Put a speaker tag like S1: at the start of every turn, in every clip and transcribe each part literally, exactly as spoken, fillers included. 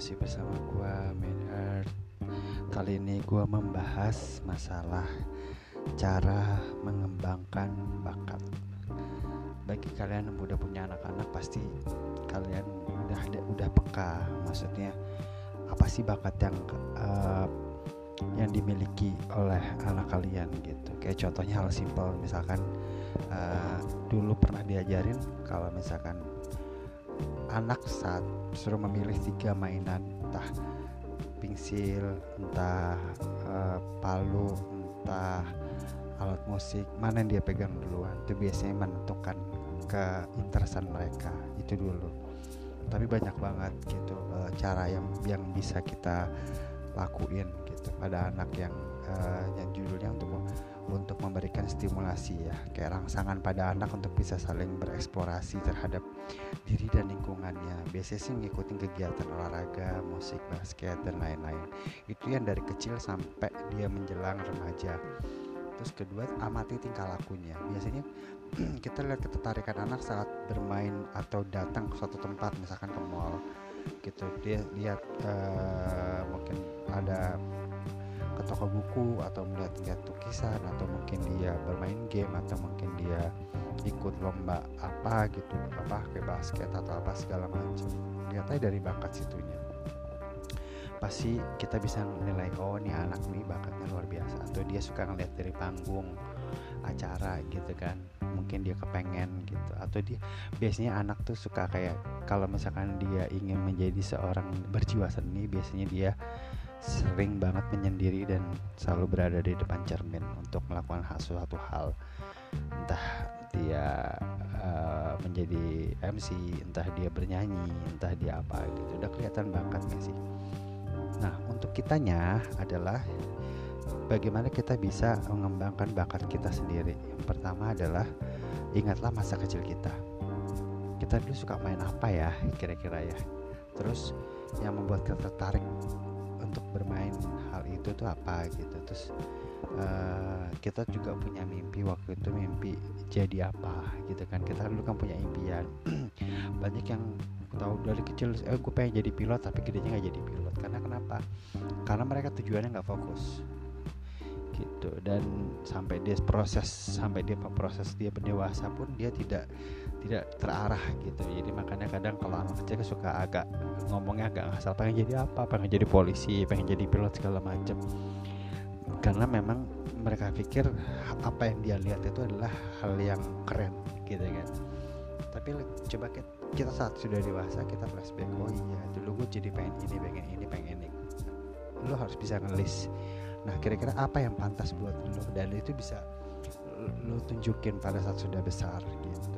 S1: masih bersama gua Medhard. Kali ini gua membahas masalah cara mengembangkan bakat. Bagi kalian yang udah punya anak-anak, pasti kalian udah udah peka. Maksudnya apa sih bakat yang uh, yang dimiliki oleh anak kalian gitu. Kayak contohnya hal simpel, misalkan uh, dulu pernah diajarin kalau misalkan anak saat suruh memilih tiga mainan, entah pensil, entah uh, palu, entah alat musik, mana yang dia pegang duluan, itu biasanya menentukan keinteresan mereka itu dulu. Tapi banyak banget gitu uh, cara yang yang bisa kita lakuin gitu pada anak yang uh, yang judulnya untuk untuk memberikan stimulasi ya, kayak rangsangan pada anak untuk bisa saling bereksplorasi terhadap diri dan lingkungannya. Biasanya sih ngikutin kegiatan olahraga, musik, basket dan lain-lain. Itu yang dari kecil sampai dia menjelang remaja. Terus kedua, amati tingkah lakunya. Biasanya kita lihat ketertarikan anak saat bermain atau datang ke suatu tempat, misalkan ke mall gitu. Dia lihat uh, mungkin ada ke toko buku atau melihat-lihat tulisan, atau mungkin dia bermain game, atau mungkin dia ikut lomba apa gitu, apa kayak basket atau apa segala macam. Lihat aja dari bakat situnya, pasti kita bisa menilai, oh nih anak nih bakatnya luar biasa, atau dia suka ngeliat dari panggung acara gitu kan, mungkin dia kepengen gitu. Atau dia biasanya anak tuh suka kayak kalau misalkan dia ingin menjadi seorang berjiwa seni, biasanya dia sering banget menyendiri dan selalu berada di depan cermin untuk melakukan suatu hal, entah dia uh, menjadi M C, entah dia bernyanyi, entah dia apa gitu. Udah kelihatan bakatnya sih. Nah, untuk kitanya adalah bagaimana kita bisa mengembangkan bakat kita sendiri. Yang pertama adalah ingatlah masa kecil kita. Kita dulu suka main apa ya kira-kira ya. Terus yang membuat kita tertarik untuk bermain hal itu tuh apa gitu. Terus uh, kita juga punya mimpi waktu itu, mimpi jadi apa gitu kan. Kita dulu kan punya impian. Banyak yang tahu dari kecil, eh gue pengen jadi pilot, tapi gedenya nggak jadi pilot. Karena kenapa? Karena mereka tujuannya nggak fokus gitu. Dan sampai dia proses sampai dia proses dia berdewasa pun dia tidak tidak terarah gitu. Jadi makanya kadang kalau anak kecil suka agak ngomongnya agak ngasal, pengen jadi apa, pengen jadi polisi, pengen jadi pilot segala macam. Karena memang mereka pikir apa yang dia lihat itu adalah hal yang keren gitu kan. Tapi coba kita saat sudah dewasa, kita flashback, oh iya dulu gue jadi pengen ini, pengen ini, pengen ini. Lo harus bisa ngelis, nah kira-kira apa yang pantas buat lo, dan itu bisa lo tunjukin pada saat sudah besar gitu.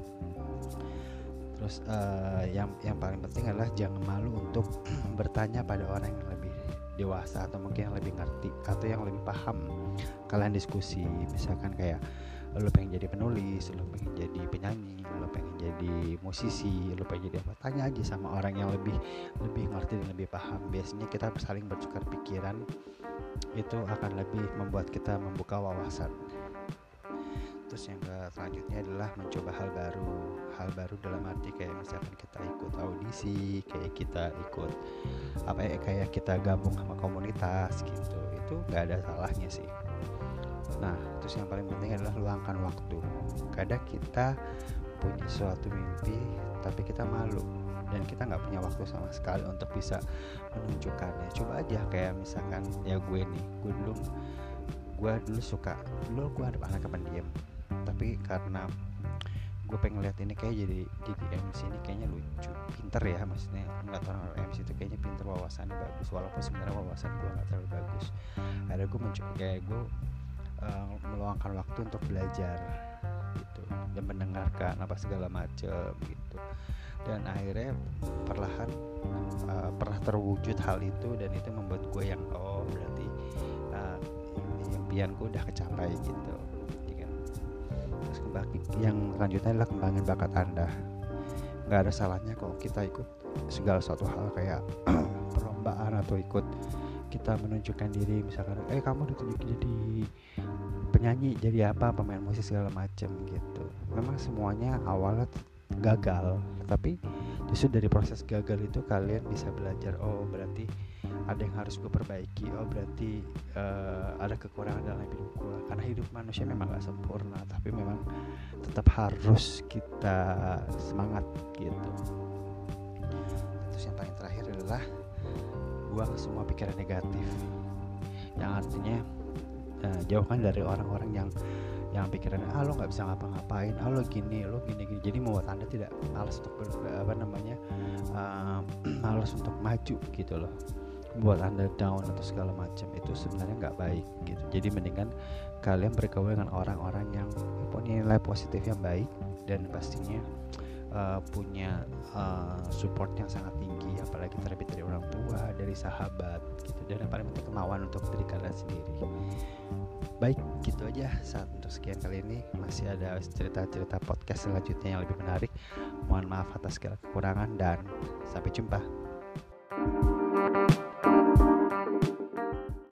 S1: Terus uh, yang yang paling penting adalah jangan malu untuk bertanya pada orang yang lebih dewasa, atau mungkin yang lebih ngerti, atau yang lebih paham. Kalian diskusi, misalkan kayak lo pengen jadi penulis, lo pengen jadi penyanyi, lo pengen jadi musisi, lo pengen jadi apa, tanya aja sama orang yang lebih lebih ngerti dan lebih paham. Biasanya kita saling bertukar pikiran, itu akan lebih membuat kita membuka wawasan. Terus yang selanjutnya adalah mencoba hal baru. Hal baru dalam arti kayak misalkan kita ikut audisi, kayak kita ikut apa ya, kayak kita gabung sama komunitas gitu. Itu nggak ada salahnya sih. Nah, terus yang paling penting adalah luangkan waktu. Kadang kita punya suatu mimpi, tapi kita malu dan kita nggak punya waktu sama sekali untuk bisa menunjukkannya. Coba aja kayak misalkan ya gue nih, gue dulu gue dulu suka, dulu gue ada anak pendiam, tapi karena gue pengen lihat ini kayak jadi jadi M C ini kayaknya lucu, pinter ya, maksudnya nggak tahu orang M C itu kayaknya pinter, wawasannya bagus, walaupun sebenarnya wawasan gue nggak terlalu bagus. Ada gue mencoba kayak gue Uh, meluangkan waktu untuk belajar gitu dan mendengarkan apa segala macam gitu, dan akhirnya perlahan uh, pernah terwujud hal itu, dan itu membuat gue yang oh berarti uh, impianku udah kecapai gitu ya kan. Terus kembali yang selanjutnya adalah kembangin bakat Anda. Nggak ada salahnya kok kita ikut segala suatu hal kayak perlombaan, atau ikut kita menunjukkan diri, misalkan eh kamu ditunjuk jadi penyanyi, jadi apa, pemain musik segala macam gitu. Memang semuanya awalnya gagal, tapi Justru dari proses gagal itu kalian bisa belajar, oh berarti ada yang harus gue perbaiki, oh berarti uh, ada kekurangan dalam hidup gue. Karena hidup manusia memang gak sempurna, tapi memang tetap harus kita semangat gitu. Terus yang paling terakhir adalah buang semua pikiran negatif, yang artinya uh, jauhkan dari orang-orang yang yang pikirannya ah lo nggak bisa ngapa-ngapain, ah lo gini lo gini gini, jadi membuat anda tidak malas untuk ber, apa namanya uh, malas untuk maju gitu loh, buat anda down atau segala macam. Itu sebenarnya nggak baik gitu. Jadi mendingan kalian bergaul dengan orang-orang yang punya nilai positif yang baik dan pastinya uh, punya uh, support yang sangat tinggi, apalagi terlebih dari orang tua, dari sahabat gitu, dan yang paling penting kemauan untuk diri kalian sendiri. Baik, gitu aja saat untuk sekian kali ini. Masih ada cerita-cerita podcast selanjutnya yang lebih menarik. Mohon maaf atas segala kekurangan dan sampai jumpa.